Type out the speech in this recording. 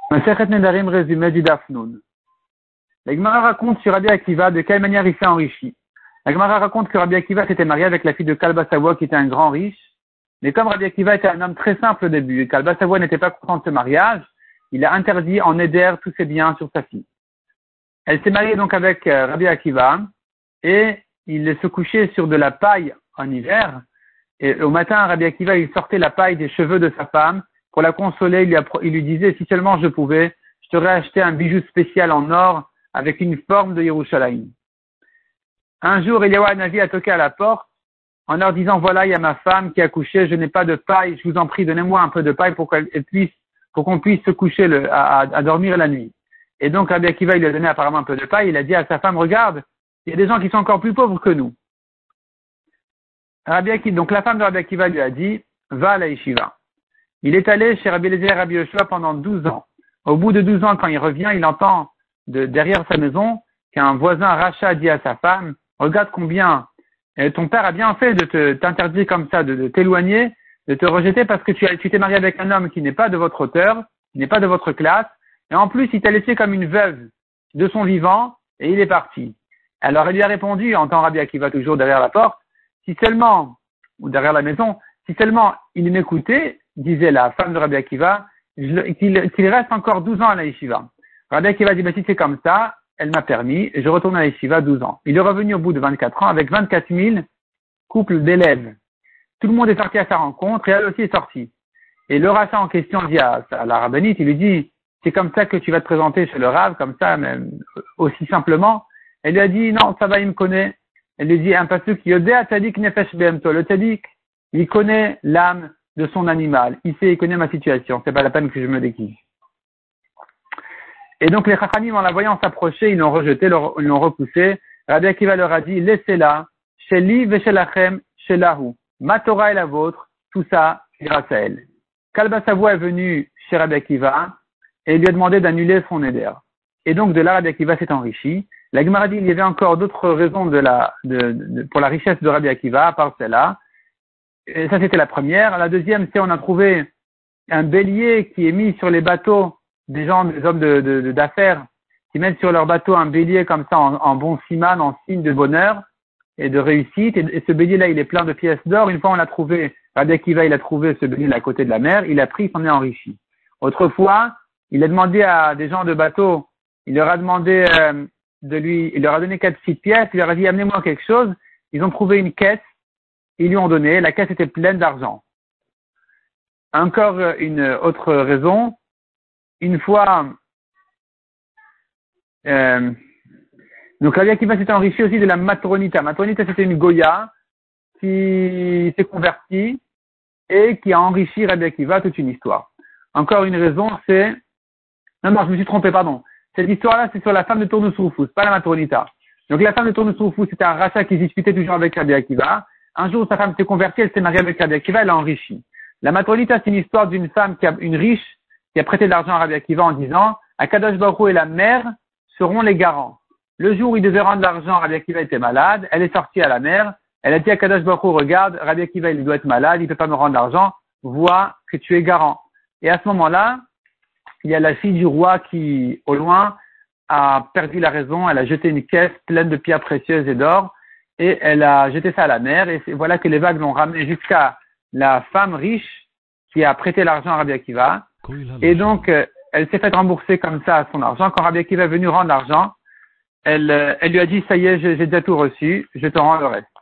Masechet Nedarim, résumé du Daf Nun. La Gemara raconte sur Rabbi Akiva de quelle manière il s'est enrichi. La Gemara raconte que Rabbi Akiva s'était marié avec la fille de Kalba Savoie qui était un grand riche. Mais comme Rabbi Akiva était un homme très simple au début et Kalba Savoie n'était pas content de ce mariage, il a interdit en éder tous ses biens sur sa fille. Elle s'est mariée donc avec Rabbi Akiva et il se couchait sur de la paille en hiver. Et au matin, Rabbi Akiva, il sortait la paille des cheveux de sa femme pour la consoler. Il lui disait, si seulement je pouvais, je t'aurais acheté un bijou spécial en or avec une forme de Yerushalayim. Un jour, Eliyahu Hanavi a toqué à la porte en leur disant, voilà, il y a ma femme qui a couché, je n'ai pas de paille, je vous en prie, donnez-moi un peu de paille pour qu'on puisse se coucher à dormir la nuit. Et donc, Rabbi Akiva, il lui a donné apparemment un peu de paille, il a dit à sa femme, regarde, il y a des gens qui sont encore plus pauvres que nous. Donc la femme de Rabbi Akiva lui a dit, va à la yeshiva. Il est allé chez Rabbi Eliezer et Rabbi Yoshua pendant 12 ans. Au bout de 12 ans, quand il revient, il entend derrière sa maison qu'un voisin Racha dit à sa femme, regarde combien ton père a bien fait de t'interdire comme ça, de t'éloigner, de te rejeter parce que tu t'es marié avec un homme qui n'est pas de votre hauteur, qui n'est pas de votre classe, et en plus il t'a laissé comme une veuve de son vivant, et il est parti. Alors il lui a répondu, entend Rabbi Akiva toujours derrière la porte, si seulement, ou derrière la maison, si seulement il m'écoutait, disait la femme de Rabbi Akiva, qu'il reste encore 12 ans à la yeshiva. Rabbi Akiva dit, si c'est comme ça, elle m'a permis, et je retourne à la yeshiva 12 ans. Il est revenu au bout de 24 ans avec 24 000 couples d'élèves. Tout le monde est sorti à sa rencontre, et elle aussi est sortie. Et le rachat en question dit à la rabbinite, il lui dit, c'est comme ça que tu vas te présenter chez le Rav, comme ça, même aussi simplement. Elle lui a dit, non, ça va, il me connaît. Elle lui dit un pasuk, Yodea Tzadik Nefesh Behemto. Le Tzadik, il connaît l'âme de son animal. Il connaît ma situation. C'est pas la peine que je me déguise. Et donc les Chachamim, en la voyant s'approcher, ils l'ont rejeté, ils l'ont repoussé. Rabbi Akiva leur a dit, laissez-la, Sheli Veshelachem Shelahu. Ma Torah est la vôtre, tout ça, grâce à elle. Kalba Savoie est venu chez Rabbi Akiva et lui a demandé d'annuler son éder. Et donc de là, Rabbi Akiva s'est enrichi. La Gemara dit, il y avait encore d'autres raisons pour la richesse de Rabbi Akiva, à part celle-là. Et ça, c'était la première. La deuxième, c'est on a trouvé un bélier qui est mis sur les bateaux des hommes d'affaires, qui mettent sur leur bateau un bélier comme ça en bon siman, en signe de bonheur et de réussite. Et ce bélier-là, il est plein de pièces d'or. Une fois, on l'a trouvé, Rabbi Akiva, il a trouvé ce bélier à côté de la mer. Il a pris, il s'en est enrichi. Autrefois, il a demandé à des gens de bateau, il leur a demandé il leur a donné 4 petites pièces, il leur a dit, amenez-moi quelque chose. Ils ont trouvé une caisse, ils lui ont donné, la caisse était pleine d'argent. Encore une autre raison, une fois, donc Rabbi Akiva s'est enrichi aussi de la matronita. Matronita, c'était une goya qui s'est convertie et qui a enrichi Rabbi Akiva, toute une histoire. Encore une raison, c'est, non, je me suis trompé, pardon. Cette histoire-là, c'est sur la femme de Tournesoufou, pas la matronita. Donc la femme de Tournesoufou, c'était un rachat qui discutait toujours avec Rabbi Akiva. Un jour, sa femme s'est convertie, elle s'est mariée avec Rabbi Akiva, elle a enrichi. La matronita, c'est une histoire d'une femme une riche, qui a prêté de l'argent à Rabbi Akiva en disant, Akadosh Baruch Hu et la mère seront les garants. Le jour où il devait rendre l'argent, Rabbi Akiva était malade, elle est sortie à la mer, elle a dit à Akadosh Baruch Hu, regarde, Rabbi Akiva, il doit être malade, il peut pas me rendre l'argent, vois que tu es garant. Et à ce moment-là, il y a la fille du roi qui, au loin, a perdu la raison, elle a jeté une caisse pleine de pierres précieuses et d'or, et elle a jeté ça à la mer, et voilà que les vagues l'ont ramené jusqu'à la femme riche qui a prêté l'argent à Rabbi Akiva, et donc, elle s'est fait rembourser comme ça son argent. Quand Rabbi Akiva est venu rendre l'argent, elle lui a dit, ça y est, j'ai déjà tout reçu, je te rends le reste.